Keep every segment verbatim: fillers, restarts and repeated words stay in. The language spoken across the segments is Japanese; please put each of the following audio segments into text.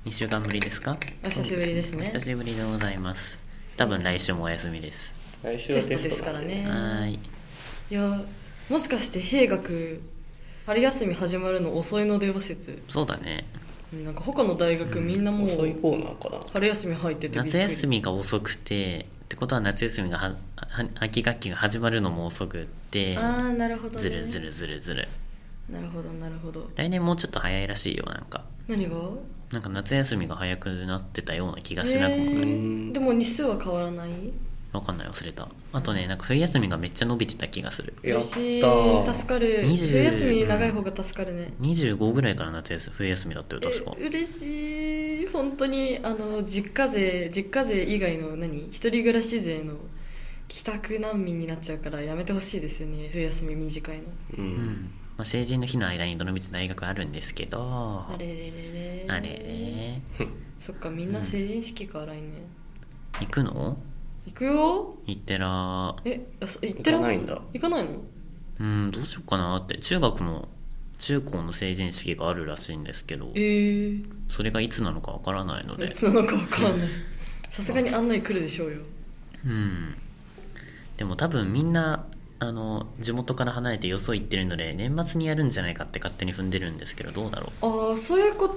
にしゅうかんぶりですか？ お久しぶりですね。 久しぶりでございます。多分来週もお休みです。 来週はテストですからね。 はい。 いや、もしかして兵学春休み始まるの遅いのでは説。 そうだね。 なんか他の大学みんなもう遅い方なのかな。 春休み入っててびっくり。 夏休みが遅くてってことは夏休みがはは秋学期が始まるのも遅くってあーなるほどね。 ずるずるずるずる。 なるほどなるほど。 来年もうちょっと早いらしいよ。なんか何が？ なんか夏休みが早くなってたような気がしなくもない、 えー、でも日数は変わらない？ わかんない、忘れた。あとね、なんか冬休みがめっちゃ伸びてた気がする。 やっ嬉しい、 た助かる。 にじゅう冬休み長い方が助かるね。 にじゅうごぐらいから夏休み冬休みだったよ確か。 え嬉しい。本当にあの実家税実家税以外の何一人暮らし税の帰宅難民になっちゃうからやめてほしいですよね、冬休み短いの。 ううんん、まあ、成人の日の間にどのみち大学あるんですけど、 あれれれれあれれそっか、みんな成人式か、来年行くの？ 行くよ。 行ってらー。 えあそ行っ行てるかないんだ。 行かないの？ うんどうしようかなって。中学の中高の成人式があるらしいんですけど、 えー、 それがいつなのかわからないのいで、 つなのか分かんないさすがに案内来るでしょうよ。 うんでも多分みんなあの地元から離れてよそ行ってるので年末にやるんじゃないかって勝手に踏んでるんですけど、どうだろああそういうこと、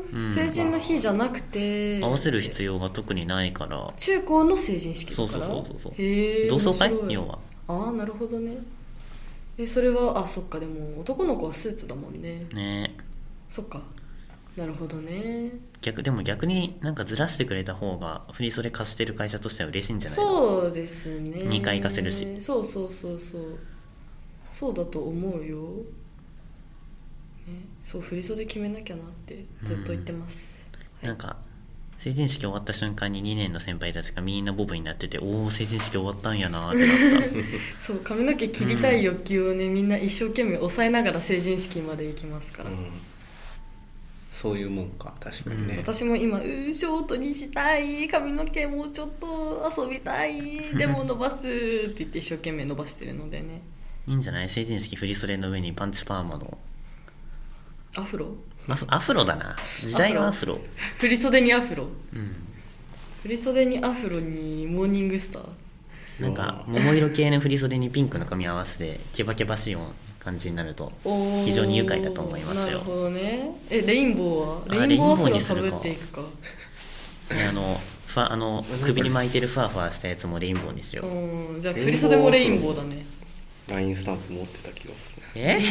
ん成人の日じゃなくてう。合わせる必要が特にないから中高の成人式だから。 そうそうそうそうそうへえ同窓会面白い。 要は。 ああなるほどね。えそれはあそっか、でも男の子はスーツだもんね。 ねそっか、なるほどね。 逆でも逆になんかずらしてくれた方が振り袖貸してる会社としては嬉しいんじゃないの？ そうですね。 にかい行かせるし。 そうそうそうそうそうだと思うよ、ね、そう振り袖決めなきゃなってずっと言ってます、はい、 なんか成人式終わった瞬間ににねんの先輩たちがみんなボブになってて、おお成人式終わったんやなーってなったそう髪の毛切りたい欲求をね、うん、みんな一生懸命抑えながら成人式まで行きますから、 うん、そういうもんか、確かにね、 うん、私も今うーショートにしたい、髪の毛もうちょっと遊びたい、でも伸ばすって言って一生懸命伸ばしてるのでね。 いいんじゃない？成人式振り袖の上にパンチパーマのアフロアフアフロだな、時代のアフロ。 振り袖にアフロ、 うん、 振り袖にアフロにモーニングスター、 なんか桃色系の振り袖にピンクの髪合わせでケバケバしい感じになると非常に愉快だと思いますよ。 なるほどね。えレインボーはあレインボーアフロレインボーにするかかぶっていくか。 ね、あのファあの首に巻いてるフワフワしたやつもレインボーにしよう。 うんじゃあ振り袖もレインボーだね。 ラインスタンプ持ってた気がする。 え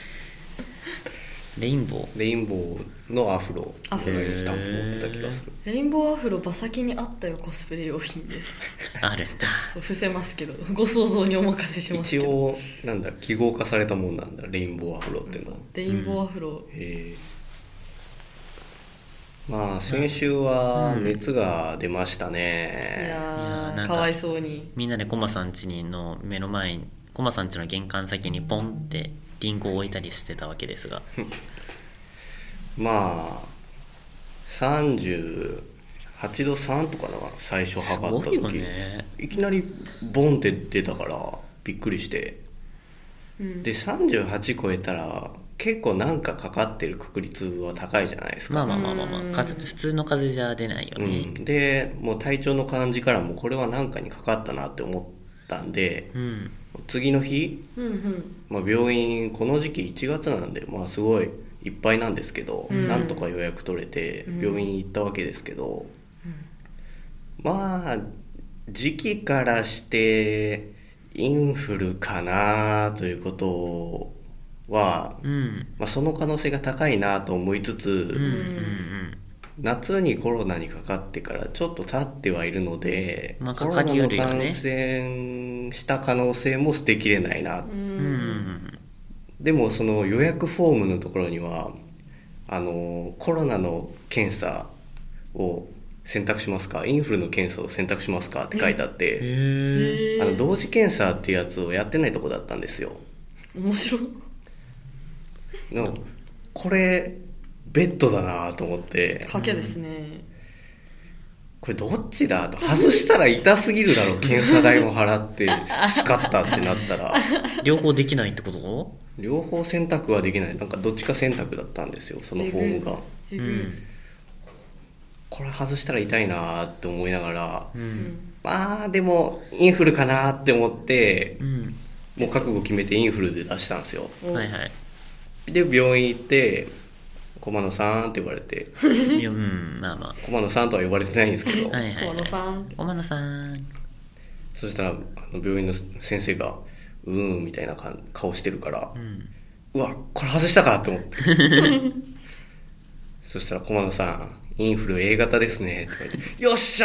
レインボーレインボーのアフロアフロラインスタンプ持ってた気がする。 レインボーアフロ馬先にあったよ、コスプレ用品であるんだ。 そう伏せますけどご想像にお任せしますけど。 一応なんだ記号化されたもんなんだ、レインボーアフロっていうのは。 レインボーアフロ、うん、 へえ。まあ先週は熱が出ましたね、 うん、いやいやーかわいそうに。 みんなでコマさん家の目の前にコマさん家の玄関先にポンってリンゴを置いたりしてたわけですがまあさんじゅうはちどさんとかな、最初測った時。 すごいよね。 いきなりボンって出たからびっくりして、うん、でさんじゅうはち超えたら結構なんかかかってる確率は高いじゃないですか。 まあまあまあまあ、まあ、風普通の風邪じゃ出ないよね、 うん、でもう体調の感じからもこれは何かにかかったなって思ったんで、うん、次の日、うんうんまあ、病院この時期いちがつなんで、まあ、すごいいっぱいなんですけど、うん、なんとか予約取れて病院行ったわけですけど、うん、まあ時期からしてインフルかなということは、うんまあ、その可能性が高いなと思いつつ、うんうんうん、夏にコロナにかかってからちょっと経ってはいるので、まあ、コロナの感染した可能性も捨てきれないな、うんうん、でもその予約フォームのところにはあのコロナの検査を選択しますか、インフルの検査を選択しますかって書いてあって、へあの同時検査っていうやつをやってないとこだったんですよ。 面白い。 のこれベッドだなと思って、 賭けですね。 これどっちだと、外したら痛すぎるだろ検査代も払って使ったってなったら両方できないってこと？ 両方選択はできない、なんかどっちか選択だったんですよ、そのフォームが。 うん、 これ外したら痛いなって思いながら、 うん、 まあでもインフルかなって思って、 うん、 もう覚悟決めてインフルで出したんですよ。 はいはい。 で病院行って駒野さんって言われていや、うん、まあまあ駒野さんとは呼ばれてないんですけどはいはい、はい、 駒野さん駒野さん。 そしたらあの病院の先生がうーんみたいな顔してるから、うん、うわこれ外したかと思ってそしたら駒野さんインフル A 型ですねって言われてよっしゃ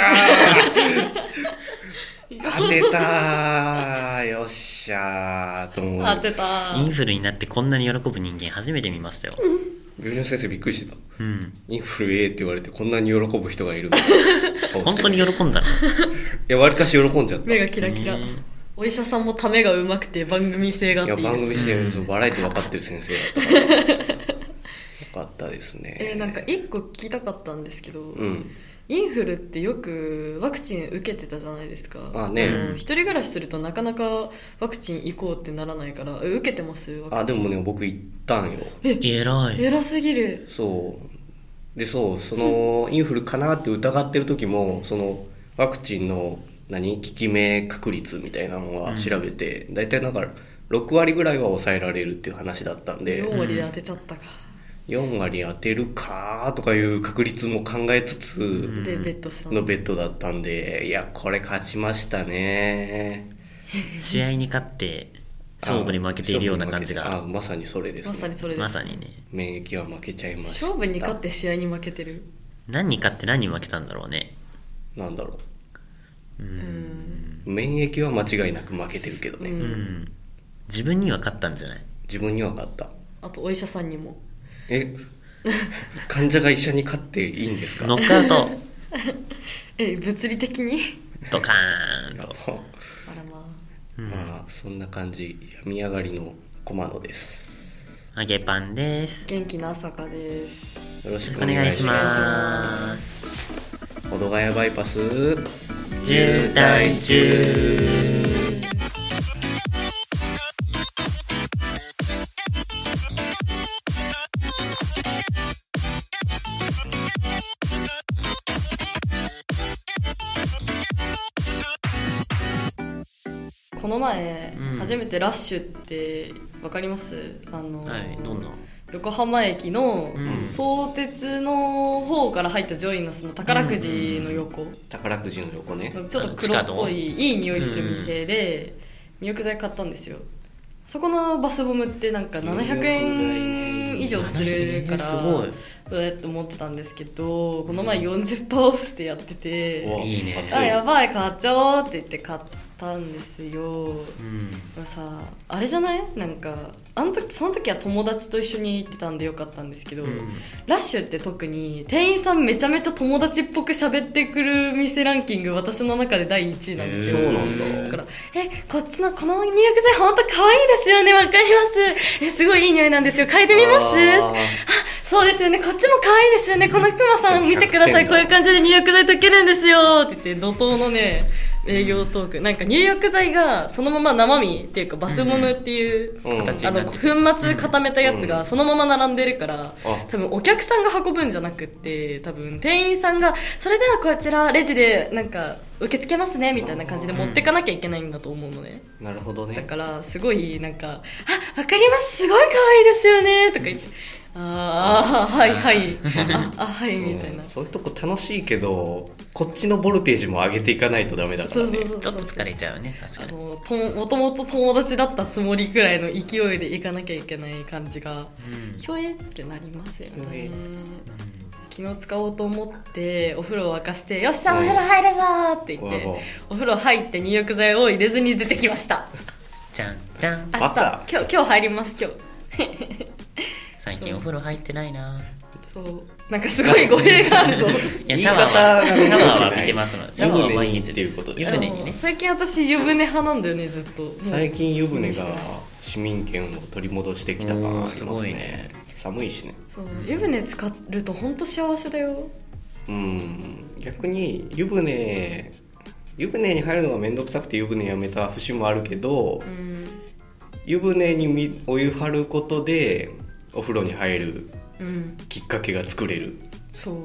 ー当てたーよっしゃーと思う。 当てた。 インフルになってこんなに喜ぶ人間初めて見ましたよ。 病院の先生びっくりしてた、 うん、 インフル A って言われてこんなに喜ぶ人がいる本当に喜んだの？いやわりかし喜んじゃった。 目がキラキラ、えー、お医者さんもためがうまくて番組性があっていいですね。 いや番組性、うん、そうバラエティ分かってる先生だったからよかったですね。 えー、なんか一個聞きたかったんですけど、 うん、 インフルってよくワクチン受けてたじゃないですか。 あ、ね、 あの一人暮らしするとなかなかワクチン行こうってならないから、受けてます？ワクチン。 あ、でもね僕行ったんよ。 え、偉い。 偉すぎる。 そうでそうそのインフルかなって疑ってる時もそのワクチンの何効き目確率みたいなのは調べて、うん、だいたいなんかろくわりぐらいは抑えられるっていう話だったんでよんわりで当てちゃったか、 よんわり当てるかとかいう確率も考えつつ、うん、 でベッドしたのベッドだったんで、いやこれ勝ちましたね試合に勝って勝負に負けているような感じが。 ああまさにそれですね。 まさにそれです、 まさにね。 免疫は負けちゃいました。 勝負に勝って試合に負けてる。 何に勝って何に負けたんだろうね。 なんだろう、 うーん免疫は間違いなく負けてるけどね、 うん、自分には勝ったんじゃない？ 自分には勝った。 あとお医者さんにも。 え患者が医者に勝っていいんですか？ ノックアウトえ物理的にドカーンと。 あらまあ、 うん、まあそんな感じ。病み上がりの駒野です。 揚げパンです。 元気な朝香です。 よろしくお願いします。保土ヶ谷バイパス渋滞中。 この前、 うん、 初めてラッシュって分かります？あの、 はい、どんな横浜駅の相鉄の方から入ったジョイのその宝くじの横、うんうん、 宝くじの横ね、 ちょっと黒っぽいいい匂いする店で入浴剤買ったんですよ。そこのバスボムってなんかななひゃくえん以上するからどうやって思ってたんですけど、この前 よんじゅっパーセント オフしてやってて、 いいね。 あやばい買っちゃおうって言って買ったんですよ、うん、でもさあれじゃない？なんかあの時その時は友達と一緒に行ってたんでよかったんですけど、うん、ラッシュって特に店員さんめちゃめちゃ友達っぽく喋ってくる店ランキング私の中でだいいちいなんですよ。 そうなんだ。 だからえこっちのこの入浴剤本当可愛いですよね、わかりますえすごいいい匂いなんですよ、嗅いでみます？あそうですよね、こっちも可愛いですよね、このくまさん見てください、こういう感じで入浴剤溶けるんですよって言って怒涛のね営業トーク、なんか入浴剤がそのまま生身っていうかバスボムっていう、うん、あの粉末固めたやつがそのまま並んでるから、うん、多分お客さんが運ぶんじゃなくって多分店員さんがそれではこちらレジでなんか受け付けますねみたいな感じで持ってかなきゃいけないんだと思うのね、 うん、なるほどね。 だからすごいなんかあわかりますすごい可愛いですよねとか言ってああはいはいああはいみたいな、 そういうとこ楽しいけどこっちのボルテージも上げていかないとダメだからね。 そうそうそうそう、ちょっと疲れちゃうね。確かにあのともともと友達だったつもりくらいの勢いでいかなきゃいけない感じが、うん、ひょえってなりますよね、うん、昨日使おうと思ってお風呂を沸かしてよっしゃお風呂入るぞって言って、うん、お風呂入って入浴剤を入れずに出てきました。 じゃんじゃん。 明日今日今日入ります今日最近お風呂入ってないな。 そうなんかすごい語弊があるぞいやシャワーはシャワーは浴びてますの。シャワーは毎日っていうことで湯船にね。 最近私湯船派なんだよねずっと。 最近湯船が市民権を取り戻してきた感ありますね。すごいね。寒いしね。 そう湯船使ると本当幸せだよ。 うん逆に湯船湯船に入るのがめんどくさくて湯船やめた節もあるけど、うん、湯船にお湯張ることでお風呂に入るきっかけが作れる、 うん、そう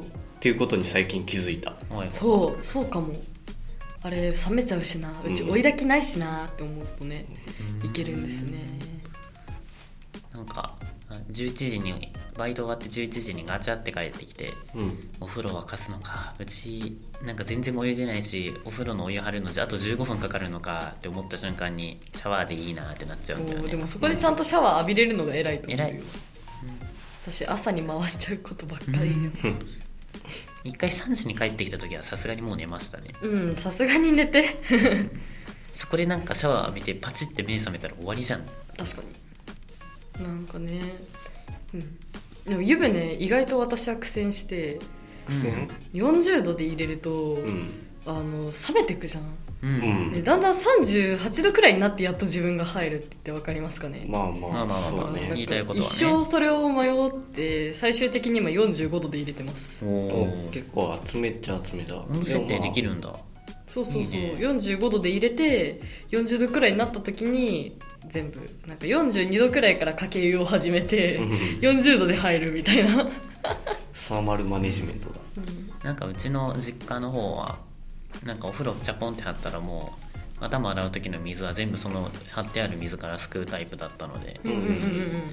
っていうことに最近気づいた。 そうそうかも。あれ冷めちゃうしな、うち追い焚きないしなって思うとね、うん、いけるんですね。 なんかじゅういちじにバイト終わってじゅういちじにガチャって帰ってきて、うん、お風呂沸かすのか、うちなんか全然お湯出ないし、お風呂のお湯張るのじゃあとじゅうごふんかかるのかって思った瞬間にシャワーでいいなってなっちゃうんだよね。 でもそこでちゃんとシャワー浴びれるのが偉いと思うよ。 偉い、うん、 私朝に回しちゃうことばっかりよ、うん、 一回さんじに帰ってきた時はさすがにもう寝ましたね。 うん、さすがに寝てそこでなんかシャワー浴びてパチって目覚めたら終わりじゃん。 確かになんかね、うん、でも湯船意外と私は苦戦して苦戦よんじゅうどで入れると、うん、あの冷めてくじゃん、うん、でだんだんさんじゅうはちどくらいになってやっと自分が入るって言って分かりますかね。 まあまあまあまあまあね、言いたいことはね、 一生それを迷って最終的に今よんじゅうごどで入れてます。 お結構集めっちゃ集めだ。 温度設定できるんだ。 そうそうそう、いいね、よんじゅうごどで入れてよんじゅうどくらいになった時に全部なんかよんじゅうにどくらいからかけ湯を始めてよんじゅうどで入るみたいなサーマルマネジメントだ、 うん、なんかうちの実家の方はなんかお風呂チャポンって張ったらもう頭洗う時の水は全部その張ってある水からすくうタイプだったので、うんうんうんうん、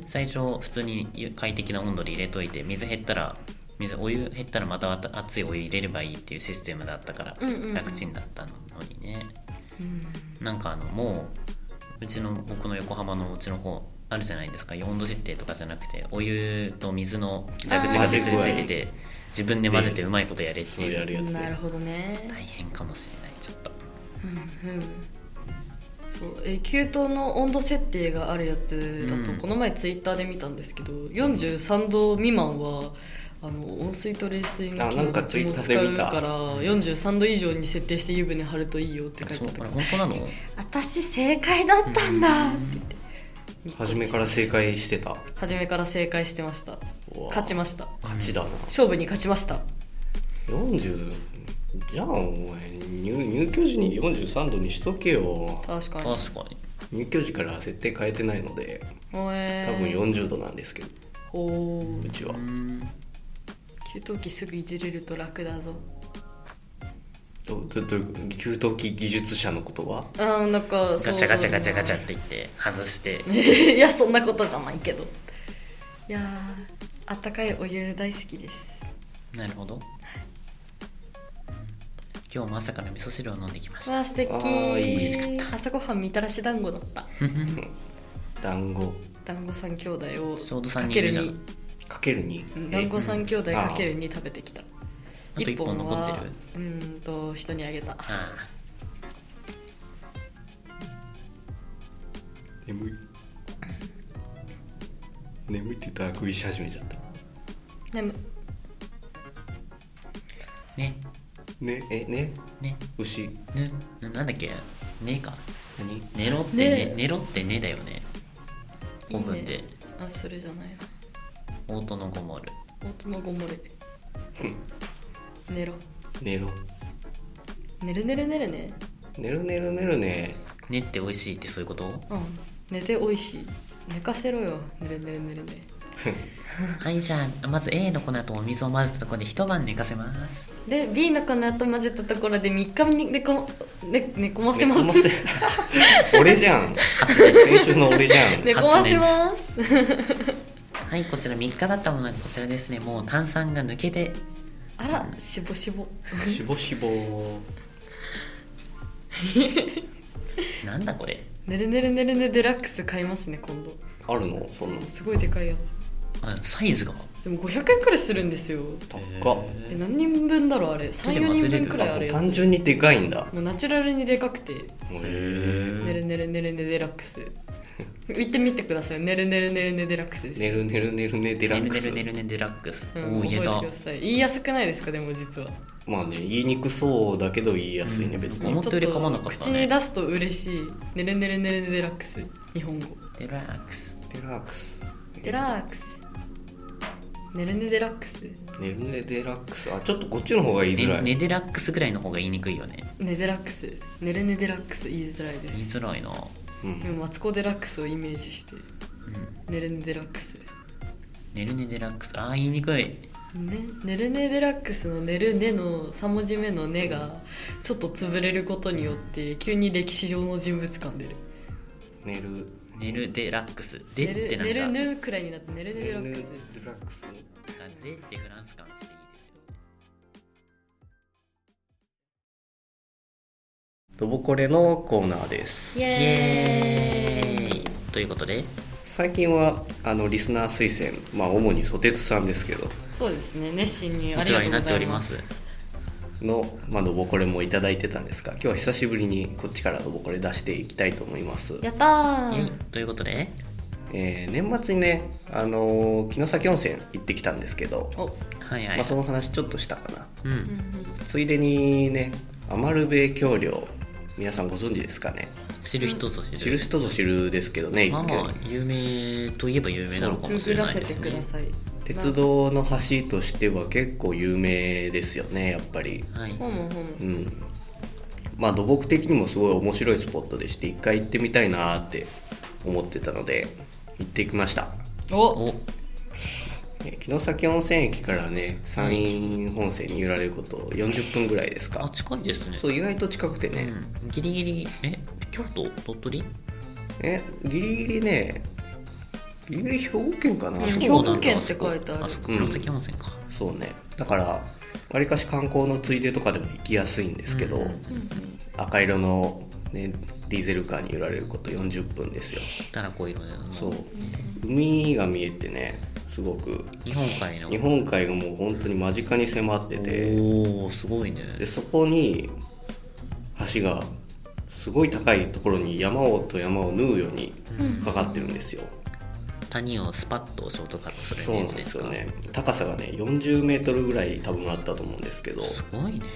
最初普通に快適な温度で入れといて水減ったら水お湯減ったらまた熱いお湯入れればいいっていうシステムだったから楽ちんだったのにね、うんうんうん、なんかあのもううちの僕の横浜のうちの方あるじゃないですか、温度設定とかじゃなくてお湯と水の蛇口が別についてて自分で混ぜてうまいことやれっていう、 やるやつ、 なるほどね、 大変かもしれないちょっと、 うんうん、そうえ給湯の温度設定があるやつだと、うん、この前ツイッターで見たんですけどよんじゅうさんど未満はあの温水と冷水の機能どっちも使うからよんじゅうさんど以上に設定して湯船張るといいよって書いてあったから、 本当なの？ 私正解だったんだって言って初めから正解してた。 初めから正解してました。勝ちました。 勝ちだな、 勝負に勝ちました。 よんじゅうじゃあお前 入, 入居時によんじゅうさんどにしとけよ。 確かに確かに入居時から設定変えてないので、 えー、 多分よんじゅうどなんですけど、 ほーうちは給湯器すぐいじれると楽だぞ。 ど, ど, どういうこと？給湯器技術者のことはあなんかガチャガチャガチャガチャって言って外していやそんなことじゃないけど、いやあったかいお湯大好きです。 なるほど、今日も朝から味噌汁を飲んできました。 わあ素敵、 美味しかった。 朝ごはんみたらし団子だった団子団子三兄弟をちょうどさんにんいるじゃん。 かけるに団子三兄弟かけるに食べてきた。 あといっぽん残ってる。 うんと人にあげた。ああ眠い眠いって言ったら食いし始めちゃった。 眠ねねえねね牛ねなんだっけねか何寝ろってね寝ろってねだよね。古文で。 あそれじゃないな。オートのごもる。 オートのごもる。寝ろ寝ろ寝る寝る寝るね寝る寝る寝るね寝って美味しいってそういうこと？うん寝て美味しい。寝かせろよ寝る寝る寝るねはいじゃあまず A の粉とお水を混ぜたところで一晩寝かせます。 で B の粉と混ぜたところでみっかに寝こ、ね、寝込ませます俺じゃん先週の俺じゃん寝込ませますはい、こちらみっかだったものがこちらですね。もう炭酸が抜けて、 あら、しぼしぼしぼしぼなんだこれ。 ねるねるねるねデラックス買いますね今度。 あるの？そんなすごいでかいやつ。 あ、サイズがでもごひゃくえんくらいするんですよ。 高っ。 え何人分だろうあれ。さん、よにんぶんくらいあるやつ。 単純にでかいんだ。 もうナチュラルにでかくて。へー。 ねるねるねるねデラックス言ってみてください。ねるねるねるねデラックスです。 ねるねるねるねデラックス。 ねるねるねるねデラックス。 うん、お言えた。言いやすくないですかでも実は。 まあね言いにくそうだけど言いやすいね、うん、別に。 思ったより噛まなかったね。 口に出すと嬉しい。ねるねるねるねデラックス。日本語。 デラックス。 デラックス。 デラックス。ねるねデラックス。 ねるねデラックス。あちょっとこっちの方が言いづらい。 ねねデラックスぐらいの方が言いにくいよね。 ねデラックス。ねるねデラックス言いづらいです。 言いづらいな。 うん、でもマツコデラックスをイメージして、うん、ねるねデラックスねるねデラックスあー言いにくいね、ねるねデラックスのねるねのさん文字目のねがちょっと潰れることによって急に歴史上の人物感出る。 ねるねるデラックスでってなんかねるねるくらいになってねるねデラックス。 デラックスでってフランス感していいですよね。 ドボコレのコーナーです。 イエーイ。 イエーイということで最近はあのリスナー推薦、まあ主にソテツさんですけどそうですね、熱心におありがとうご世話になっておざいまりますす。 の、まあ、ドボコレもいただいてたんですが、今日は久しぶりにこっちからドボコレ出していきたいと思います。 やったー。 イエイということでえー年末にね、あのー城崎温泉行ってきたんですけど、 お、 はいはい、 まあ、その話ちょっとしたかな。 うん、 うんうん、 ついでにね、余部橋梁皆さんご存知ですかね。 知る人ぞ知る、 知る人ぞ知るですけどね、一まあまあ見有名といえば有名なのかグもしれグらせてないですね。 ください。 鉄道の橋としては結構有名ですよね、やっぱり。 はい、 ほむほむ。 うん、まあ土木的にもすごい面白いスポットでして、一回行ってみたいなって思ってたので行ってきました。 お、 おえー城崎温泉駅からね、山陰本線に揺られることよんじゅっぷんぐらいですか。 あ近いですね。 そう、意外と近くてね、 うん、ギリギリえ京都鳥取えギリギリねギリギリ兵庫県かな、 うんそう兵庫県って書いてあるあそこ城崎温泉か、 そうね、だからわりかし観光のついでとかでも行きやすいんですけど、 うんうん赤色の、ね、ディーゼルカーに揺られることよんじゅっぷんですよ。 たらこ色でそう、海が見えてね、すごく日本海の日本海がもう本当に間近に迫ってて、 おおすごいね。 でそこに橋がすごい高いところに山をと山を縫うようにかかってるんですよ。 谷をスパッとショートカットするイそうなんメージですか。 ですよね。高さがねよんじゅうメートルぐらい多分あったと思うんですけど、 すごいね。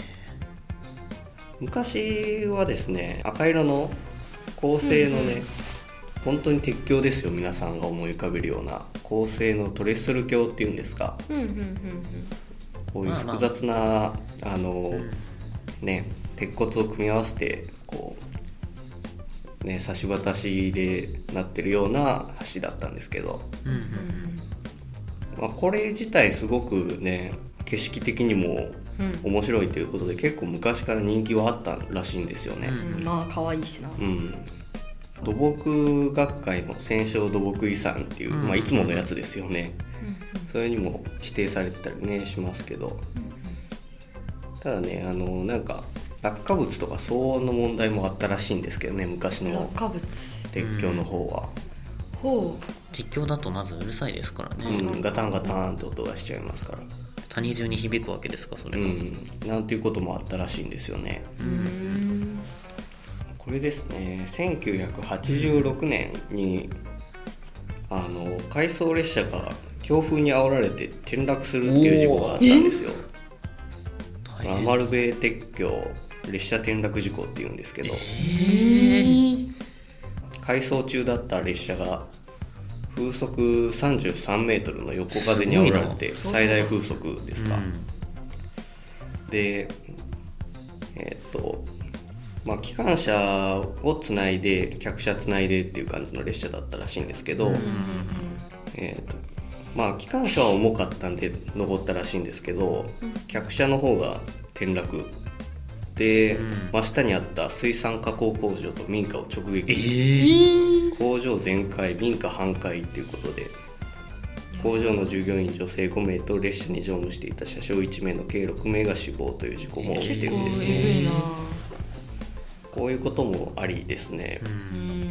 昔はですね、赤色の鋼製のね、本当に鉄橋ですよ。皆さんが思い浮かべるような鋼製のトレッスル橋っていうんですか、 うんうんうんうん。 こういう複雑な、まあまあ、あの、うん、ね、鉄骨を組み合わせてこうね、差し渡しでなってるような橋だったんですけど、 うんうんまあ、これ自体すごくね、景色的にも面白いということで、結構昔から人気はあったらしいんですよね。 うん、まあ可愛いしな。 うん、土木学会の戦勝土木遺産っていう、まあ、いつものやつですよね、うんうん、それにも指定されてたりねしますけど、うんうん、ただね、あのなんか落下物とか騒音の問題もあったらしいんですけどね、昔の落下物鉄橋の方は、 うん、ほう、 鉄橋だとまずうるさいですからね、 うん、ガタンガタンって音がしちゃいますから、 谷中に響くわけですか、それが、 うん、なんていうこともあったらしいんですよね。 うーん、 これですね、せんきゅうひゃくはちじゅうろくねんにあの回送列車が強風に煽られて転落するっていう事故があったんですよ。余部鉄橋列車転落事故っていうんですけど、えー、回送中だった列車が風速さんじゅうさんメートルの横風に煽られて、最大風速ですか、うん、でえー、っとまあ機関車をつないで客車つないでっていう感じの列車だったらしいんですけど、うん、えー、っとまあ機関車は重かったんで残ったらしいんですけど、うん、客車の方が転落で、うん、真下にあった水産加工工場と民家を直撃、えー、工場全壊、民家半壊ということで、工場の従業員女性ごめいと列車に乗務していた車掌いちめいの計ろくめいが死亡という事故も起きてるんですね、えー、こういうこともありですね、うん、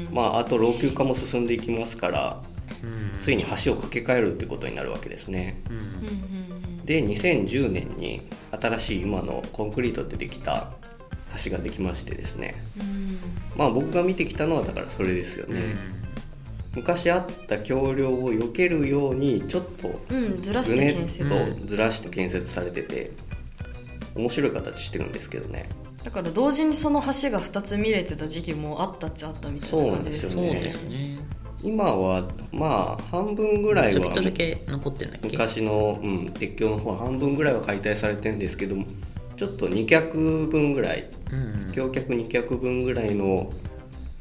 まああと老朽化も進んでいきますから、うん、ついに橋を架け替えるってことになるわけですね、うん、でにせんじゅうねんに新しい今のコンクリートでできた橋ができましてですね、うん、まあ僕が見てきたのはだからそれですよね、うん、昔あった橋梁を避けるようにちょっとずらして建設、 うん、ずらして建設されてて面白い形してるんですけどね。 だから同時にその橋がふたつ見れてた時期もあったっちゃあったみたいな感じですよね。 そうなんですよね。今はまあ半分ぐらいはちょっとだけ残ってんだっけ、 昔の、うん、鉄橋の方は半分ぐらいは解体されてるんですけども、ちょっとに脚分ぐらい、うんうん、橋脚に脚分ぐらいの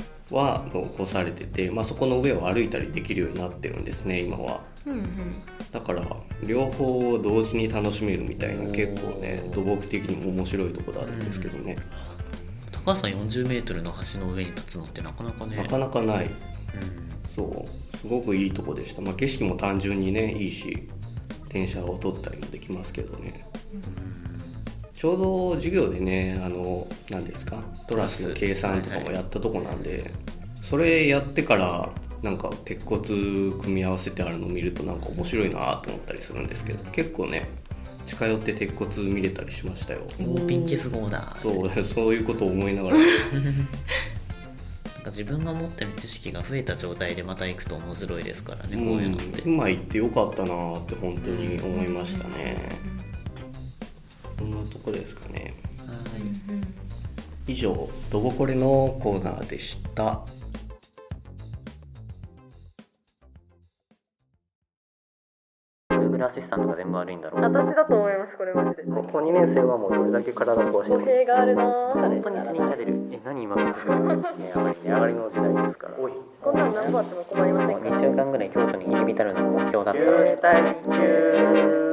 は残されてて、まあ、そこの上を歩いたりできるようになってるんですね今は、うんうん、 だから両方を同時に楽しめるみたいな結構ね土木的にも面白いところあるんですけどね、 うん、高さよんじゅうメートルの橋の上に立つのってなかなかねなかなかない、うん、そうすごくいいとこでした。まあ、景色も単純にねいいし電車を撮ったりもできますけどね、うん、ちょうど授業でねあの何ですかトラスの計算とかもやったとこなんで、はいはい、それやってからなんか鉄骨組み合わせてあるのを見るとなんか面白いなと思ったりするんですけど、結構ね近寄って鉄骨見れたりしましたよ。 おーピン結合だ。 そうそういうことを思いながらなんか自分が持ってる知識が増えた状態でまた行くと面白いですからね、こういうのって。 今行ってよかったなって本当に思いましたね。こんなとこですかね。 はい、 以上ドボコレのコーナーでした。 アシスタントが全部悪いんだろう。 私だと思います、これマジで。 高校にねん生はもうどれだけ体壊してる語弊があるなぁ。 本当に死にかれる。え、何今の時代値上がり、値上がりの時代ですから。おい、 こんなの何個あっても困りませんか。 にしゅうかんぐらい京都に入り浸るのが目標だったので待中。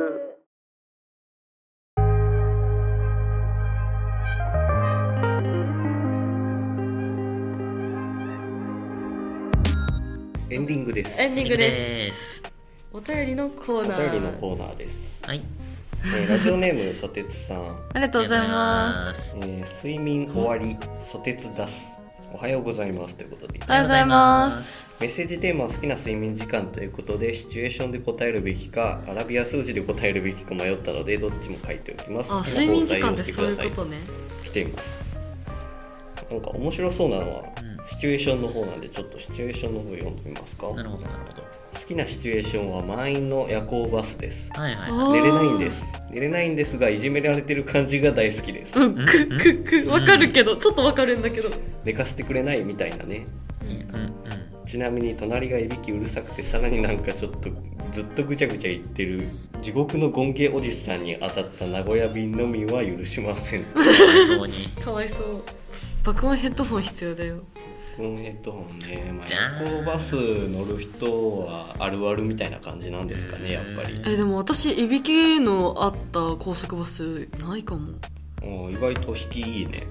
エンディングです。 エンディングです。お便りのコーナー。 お便りのコーナーです。 はい。 えー、ラジオネームソテツさん。 ありがとうございます。 えー、睡眠終わりソテツ出す。おはようございますということで。 おはようございます。 メッセージテーマは好きな睡眠時間ということで、シチュエーションで答えるべきかアラビア数字で答えるべきか迷ったのでどっちも書いておきます。 あ、睡眠時間ってそういうことね。 来ています。なんか面白そうなのは、うん、シチュエーションの方なんでちょっとシチュエーションの方読んでみますか。 なるほどなるほど。 好きなシチュエーションは満員の夜行バスです。 はいはいはい、 寝れないんです寝れないんですがいじめられてる感じが大好きです。 うん、くくくわかるけど、うん、ちょっとわかるんだけど寝かせてくれないみたいなね、 うんうん、 ちなみに隣がいびきうるさくてさらになんかちょっとずっとぐちゃぐちゃ言ってる地獄のゴンゲおじさんに当たった名古屋便のみは許しません。 かわいそうにかわいそう。爆音ヘッドホン必要だよ。 爆音ヘッドホンね、まあ、夜行バス乗る人はあるあるみたいな感じなんですかね、やっぱり。 えでも私いびきのあった高速バスないかも。 意外と引きいいね。 うん、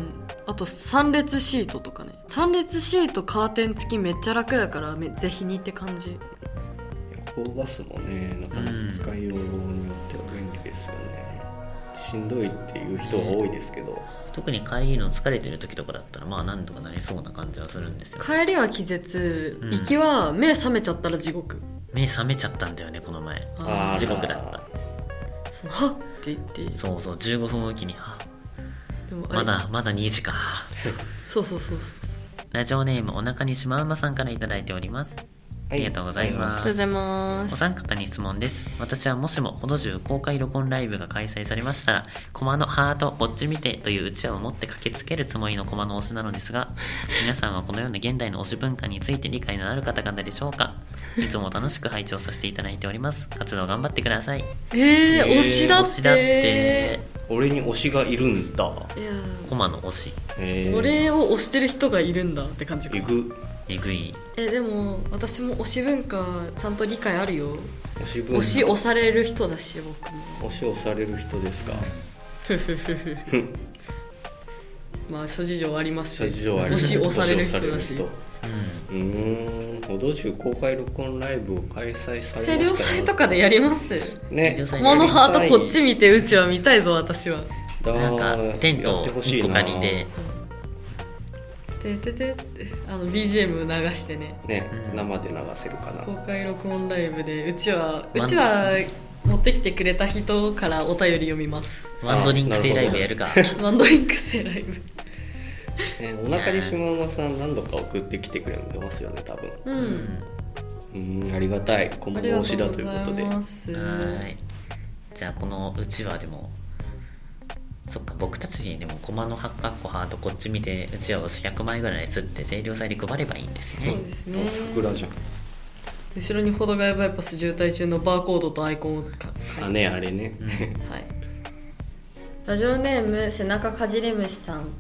あとさん列シートとかね。さん列シートカーテン付きめっちゃ楽だからぜひにって感じ。 夜行バスもねなかなか使いようによっては便利ですよね。しんどいっていう人が多いですけど、ね、 特に帰りの疲れてる時とかだったらまあなんとかなりそうな感じはするんですよ、 ね、帰りは気絶、うん、行きは目覚めちゃったら地獄。 目覚めちゃったんだよねこの前。地獄だった。 はっって言ってそうそうじゅうごふんおきにはでもまだまだにじかそうそうそうそう。 ラジオネームお腹にしまうまさんからいただいております。ありがとうございます。 ありがとうございます。 お三方に質問です。私はもしもほどじゅう公開録音ライブが開催されましたら、コマのハートこっち見てといううちわを持って駆けつけるつもりのコマの推しなのですが、皆さんはこのような現代の推し文化について理解のある方々でしょうか。いつも楽しく拝聴させていただいております。活動頑張ってください。 えー、推しだって。 推しだって俺に推しがいるんだ。 いやコマの推し、 えー、俺を推してる人がいるんだって感じか。 えぐえぐい。 えでも私も推し文化ちゃんと理解あるよ。 推し文化推し推される人だし僕も。 推し推される人ですか。 ふふふふまあ諸事情ありまして、 諸事情あり推し推される人だし。 うん、うーんほどじゅう公開録音ライブを開催されました清涼祭とかでやりますね。 コマのハートこっち見てうちは見たいぞ私は。 なんかテントをいっこ借りててててってあの ビージーエム 流してねね、うん、生で流せるかな。 公開録音ライブでうちはうちは持ってきてくれた人からお便り読みます。 ワンドリンク製ライブやるか。 ワンドリンク製ライブね、お腹にしまうまさん何度か送ってきてくれますよね多分。うん、うん、ありがたい。コマの推しだということで。 はい。 じゃあこのうちわでもそっか僕たちにでもコマのハッカッコハートこっち見てうちわをひゃくまいぐらいすって清涼祭で配ればいいんですね。 そうですね。 桜じゃん。 後ろに保土ヶ谷バイパス渋滞中のバーコードとアイコンをかあねあれね、 うん、はい。ラジオネーム背中かじれ虫さん。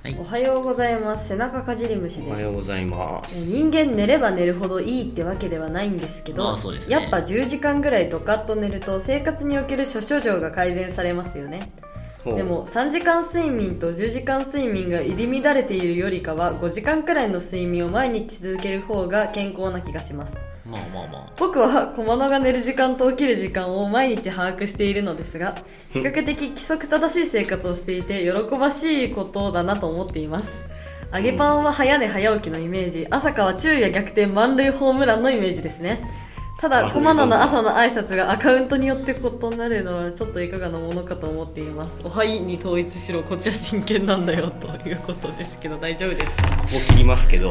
はい、 おはようございます。背中かじり虫です。 おはようございます。 人間寝れば寝るほどいいってわけではないんですけど、 ああそうですね、 やっぱじゅうじかんぐらいドカッと寝ると生活における諸症状が改善されますよね。でもさんじかん睡眠とじゅうじかん睡眠が入り乱れているよりかはごじかんくらいの睡眠を毎日続ける方が健康な気がします。 まあまあまあ、 僕は駒野が寝る時間と起きる時間を毎日把握しているのですが、比較的規則正しい生活をしていて喜ばしいことだなと思っています。揚げパンは早寝早起きのイメージ、朝香は昼夜逆転満塁ホームランのイメージですね。ただ駒野の朝の挨拶がアカウントによって異なるのはちょっといかがなものかと思っています。おはいに統一しろ、こっちは真剣なんだよということですけど大丈夫ですか？ ここ切りますけど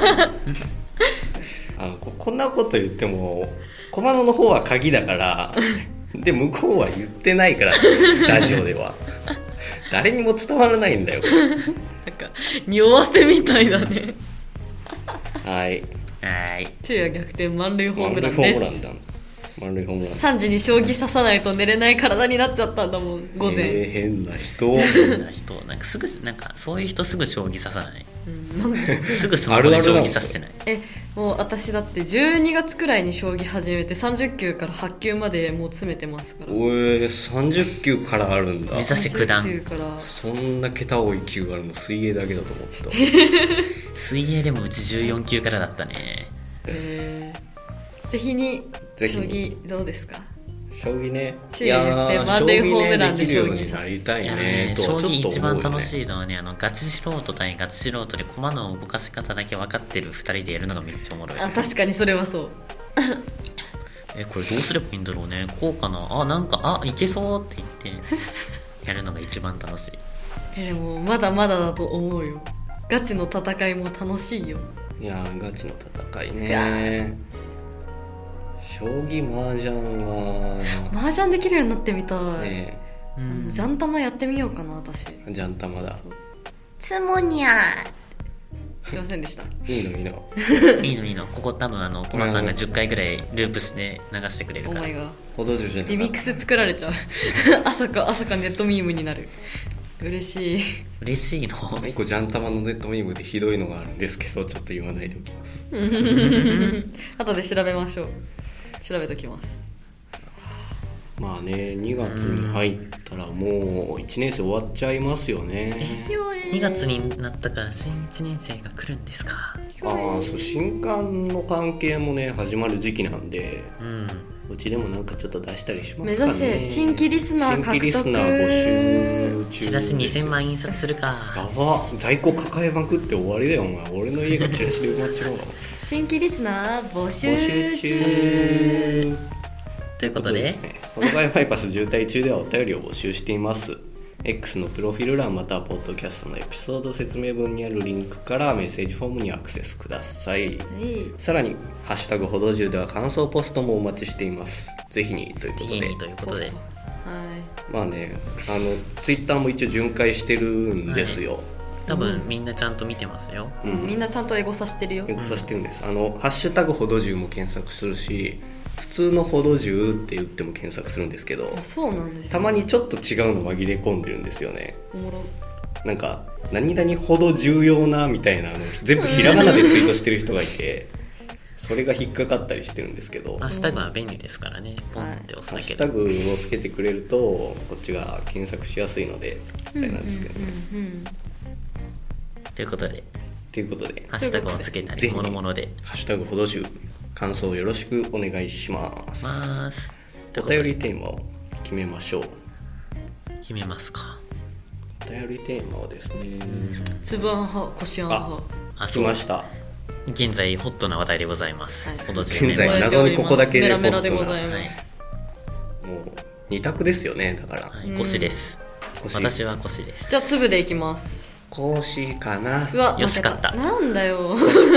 あの こ, こんなこと言っても駒野の方は鍵だからで向こうは言ってないからラジオでは誰にも伝わらないんだよなんか匂わせみたいだねはいはい、 昼夜逆転満塁ホームランです。 満塁ホームランさんじに将棋指さないと寝れない体になっちゃったんだもん午前、 えー、変な人変な人なんかすぐなんかそういう人すぐ将棋指さない、 うん、なんですぐスマホで将棋指してない。 えもう私だってじゅうにがつくらいに将棋始めてさんじゅっきゅうからはちきゅうまでもう詰めてますから。 おえさんじゅっきゅうからあるんだ。 目指せ九段。 からそんな桁多い級があるの水泳だけだと思ってた水泳でもうちじゅうよんきゅうからだったね。 えー、ぜひに将棋どうですか？ 将棋ね、 いやー満塁ホームランで将棋になりたいね。 ね将棋一番楽しいのはね、あのガチ素人対ガチ素人で駒の動かし方だけ分かってるふたりでやるのがめっちゃおもろい。 あ、確かにそれはそうえこれどうすればいいんだろうね。こうかな、あなんかあいけそうって言ってやるのが一番楽しい。 えでもまだまだだと思うよ。ガチの戦いも楽しいよ。 いやガチの戦いね。将棋麻雀は麻雀できるようになってみたい、ね、 うん、 ジャンタマやってみようかな私。ジャンタマだ。 つもにゃーすいませんでした。 いいのいいのいいのいいの。ここ多分あのコマさんがじゅっかいぐらいループして流してくれるから。 お前がほどじゅうじゃないリミックス作られちゃう朝か朝かネットミームになる。嬉しい嬉しいの。 一個ジャンタマのネットミームでひどいのがあるんですけどちょっと言わないでおきます後で調べましょう。調べときます。 まあねにがつに入ったらもういちねん生終わっちゃいますよね。 にがつになったから新いちねん生が来るんですか。 ああそう新刊の関係もね始まる時期なんで、うん、うちでもなんかちょっと出したりしますかね。 目指せ新規リスナー獲得。 新規リスナー募集中。 チラシにせんまん印刷するか。 やば在庫抱えまくって終わりだよお前。俺の家がチラシで埋まっちゃうわ新規リスナー募集中ということで、 ですね、このバイバイパス渋滞中ではお便りを募集しています。 X のプロフィール欄またはポッドキャストのエピソード説明文にあるリンクからメッセージフォームにアクセスください、はい、さらにハッシュタグほどじゅうでは感想ポストもお待ちしています。ぜひにということで、 ということで、はい、 まあねあのツイッターも一応巡回してるんですよ、はい、 多分みんなちゃんと見てますよ、 うん、みんなちゃんとエゴサしてるよ。 エゴサしてるんです。あのハッシュタグほどじゅうも検索するし普通のほどじゅうって言っても検索するんですけど、 そうなんです、ね、 たまにちょっと違うの紛れ込んでるんですよね。 おもろ。 なんか何々ほど重要なみたいなの全部ひらがなでツイートしてる人がいてそれが引っかかったりしてるんですけど、 ハッシュタグは便利ですからね、ポンって押すだけで、 ハッシュタグをつけてくれるとこっちが検索しやすいのであれなんですけどね、うんうんうんうん、 ということでということでハッシュタグをつけたりものものでハッシュタグほどじゅう感想をよろしくお願いしますますお便りテーマを決めましょう。 決めますか。 お便りテーマはですね、 つぶあん派こしあん派。 あ来ました。 現在ホットな話題でございます、はい、 現在謎にここだけでホットなメラメラでございます、 はい、もう二択ですよね。だから、 はい、腰です。私は腰です。 じゃあ粒でいきます。 腰かな。 うわよしかった。 なんだよ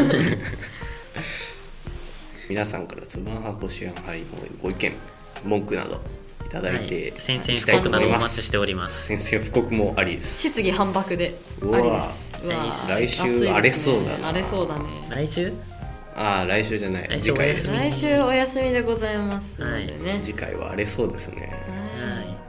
皆さんからつばん派こしあん派ご意見文句などいただいて、 はい、宣戦布告などお待ちしております。 宣戦布告もありです。 質疑反駁でありです。うわ来週荒れそうだな。 荒れそうだね。 来週ああ来週じゃない、 来週お休み。 来週お休みでございますのでね、 はい、次回は荒れそうですね。 はい